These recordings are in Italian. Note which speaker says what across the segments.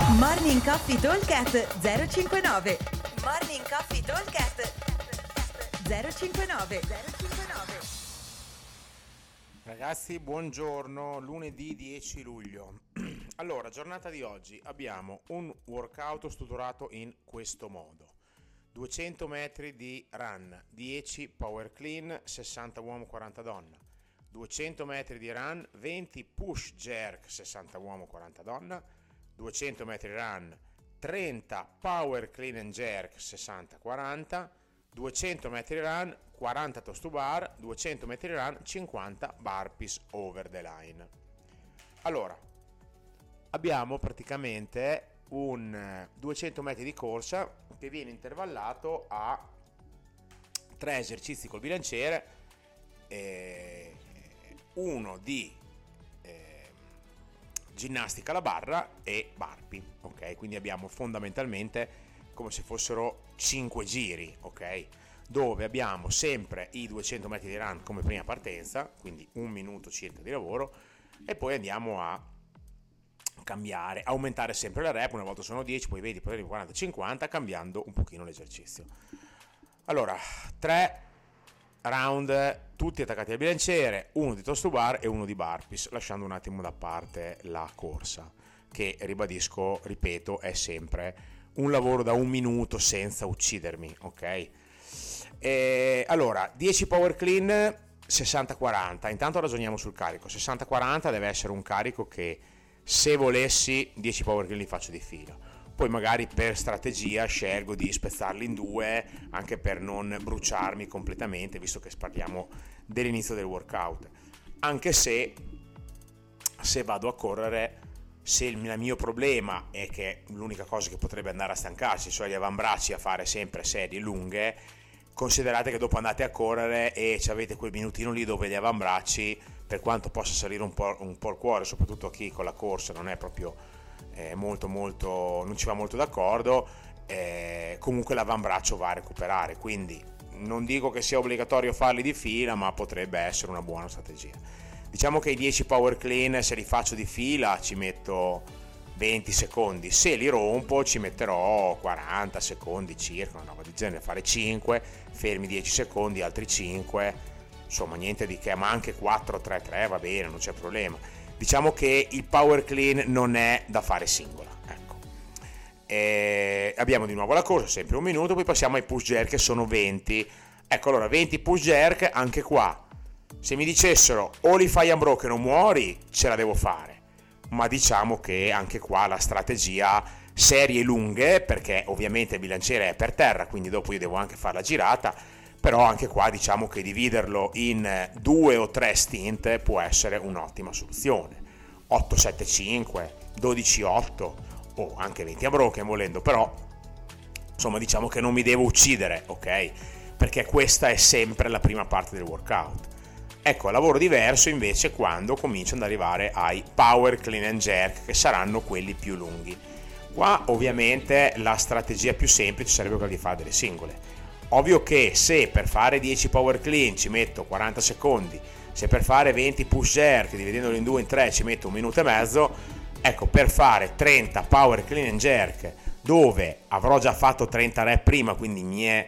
Speaker 1: Morning Coffee Talkcast 059. Morning Coffee Talkcast 059.
Speaker 2: Ragazzi, buongiorno, lunedì 10 luglio. Allora, giornata di oggi abbiamo un workout strutturato in questo modo. 200 metri di run, 10 power clean, 60 uomo, 40 donna. 200 metri di run, 20 push jerk, 60 uomo, 40 donna. 200 metri run, 30 power clean and jerk, 60-40, 200 metri run, 40 toes to bar, 200 metri run, 50 burpees over the line. Allora, abbiamo praticamente un 200 metri di corsa che viene intervallato a 3 esercizi col bilanciere, uno di ginnastica alla barra e burpee, ok? Quindi abbiamo fondamentalmente come se fossero 5 giri, ok? Dove abbiamo sempre i 200 metri di run come prima partenza, quindi un minuto circa di lavoro, e poi andiamo a cambiare, aumentare sempre la rep, una volta sono 10, poi 20, poi 40, 50, cambiando un pochino l'esercizio. Allora, 3 round tutti attaccati al bilanciere, uno di toes to bar e uno di burpees, lasciando un attimo da parte la corsa, che ribadisco, ripeto, è sempre un lavoro da un minuto senza uccidermi, ok? Allora, 10 power clean, 60-40, intanto ragioniamo sul carico. 60-40 deve essere un carico che, se volessi, 10 power clean li faccio di fila. Poi magari per strategia scelgo di spezzarli in due, anche per non bruciarmi completamente, visto che parliamo dell'inizio del workout. Anche se vado a correre, se il mio problema è che l'unica cosa che potrebbe andare a stancarsi sono gli avambracci, a fare sempre serie lunghe, considerate che dopo andate a correre e avete quel minutino lì dove gli avambracci, per quanto possa salire un po' il cuore, soprattutto a chi con la corsa non è proprio molto non ci va molto d'accordo, comunque l'avambraccio va a recuperare, quindi non dico che sia obbligatorio farli di fila, ma potrebbe essere una buona strategia. Diciamo che i 10 power clean, se li faccio di fila, ci metto 20 secondi, se li rompo ci metterò 40 secondi circa, una roba di genere. Fare 5, fermi 10 secondi, altri 5, insomma niente di che, ma anche 4-3-3 va bene, non c'è problema. Diciamo che il power clean non è da fare singola, ecco. Abbiamo di nuovo la corsa, sempre un minuto, poi passiamo ai push jerk che sono 20. Ecco, allora 20 push jerk, anche qua, se mi dicessero o li fai unbroken o muori, ce la devo fare, ma diciamo che anche qua la strategia, serie lunghe, perché ovviamente il bilanciere è per terra, quindi dopo io devo anche fare la girata, però anche qua diciamo che dividerlo in 2 o 3 stint può essere un'ottima soluzione. 8-7-5, 12-8 o anche 20 unbroken volendo, però insomma diciamo che non mi devo uccidere, ok? Perché questa è sempre la prima parte del workout. Ecco, lavoro diverso invece quando cominciano ad arrivare ai power clean and jerk, che saranno quelli più lunghi. Qua ovviamente la strategia più semplice sarebbe quella di fare delle singole. Ovvio che se per fare 10 power clean ci metto 40 secondi, se per fare 20 push jerk dividendolo in 2 in 3 ci metto un minuto e mezzo, ecco, per fare 30 power clean and jerk dove avrò già fatto 30 rep prima, quindi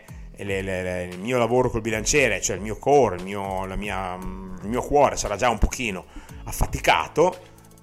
Speaker 2: il mio lavoro col bilanciere, cioè il mio core, il mio cuore sarà già un pochino affaticato,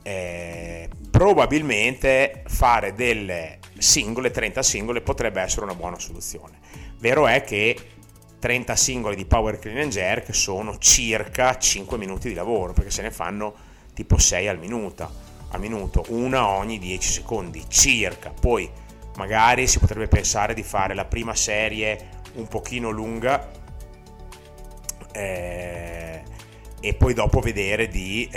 Speaker 2: probabilmente fare delle singole, 30 singole potrebbe essere una buona soluzione. Vero è che 30 singoli di power clean and jerk sono circa 5 minuti di lavoro, perché se ne fanno tipo 6 al minuto, una ogni 10 secondi circa. Poi magari si potrebbe pensare di fare la prima serie un pochino lunga e poi dopo vedere di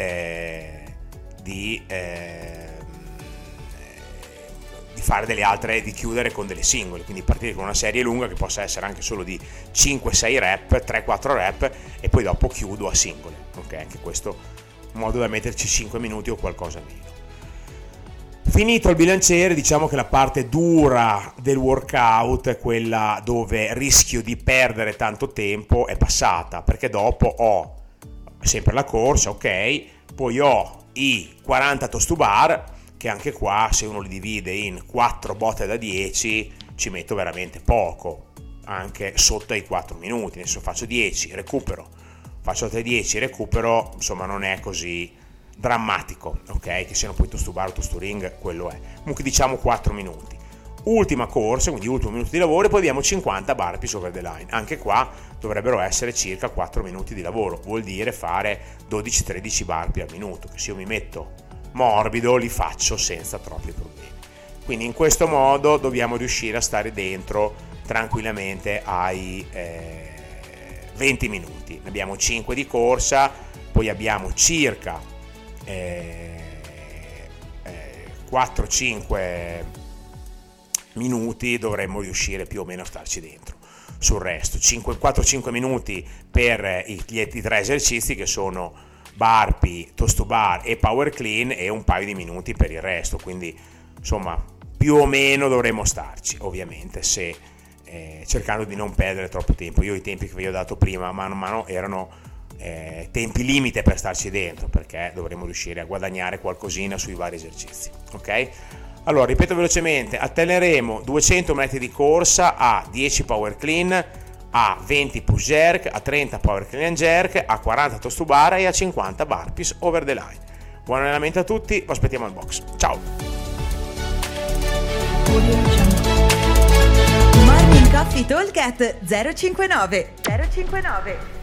Speaker 2: fare delle altre, di chiudere con delle singole, quindi partire con una serie lunga che possa essere anche solo di 5-6 rep, 3-4 rep, e poi dopo chiudo a singole, ok? Anche questo un modo da metterci 5 minuti o qualcosa meno. Finito il bilanciere, diciamo che la parte dura del workout, quella dove rischio di perdere tanto tempo, è passata, perché dopo ho sempre la corsa, ok, poi ho i 40 toes to bar, che anche qua se uno li divide in 4 botte da 10 ci metto veramente poco, anche sotto ai 4 minuti. Adesso faccio 10, recupero, faccio altre 10, recupero, insomma non è così drammatico, ok? Che siano poi toast to bar o toast to ring, quello è. Comunque diciamo 4 minuti. Ultima corsa, quindi ultimo minuto di lavoro, e poi abbiamo 50 burpees over the line. Anche qua dovrebbero essere circa 4 minuti di lavoro, vuol dire fare 12-13 burpee al minuto, che se io mi metto morbido li faccio senza troppi problemi. Quindi in questo modo dobbiamo riuscire a stare dentro tranquillamente ai 20 minuti. Ne abbiamo 5 di corsa, poi abbiamo circa 4-5 minuti, dovremmo riuscire più o meno a starci dentro. Sul resto 4-5 minuti per i 3 esercizi che sono burpee, toast to bar e power clean, e un paio di minuti per il resto, quindi insomma più o meno dovremmo starci, ovviamente se cercando di non perdere troppo tempo. Io i tempi che vi ho dato prima mano a mano erano tempi limite per starci dentro, perché dovremo riuscire a guadagnare qualcosina sui vari esercizi, ok? Allora ripeto velocemente: alterneremo 200 metri di corsa a 10 power clean, a 20 push jerk, a 30 power clean and jerk, a 40 toast to bar e a 50 burpees over the line. Buon allenamento a tutti, lo aspettiamo al box. Ciao!
Speaker 1: Morning Coffee Talk at 059.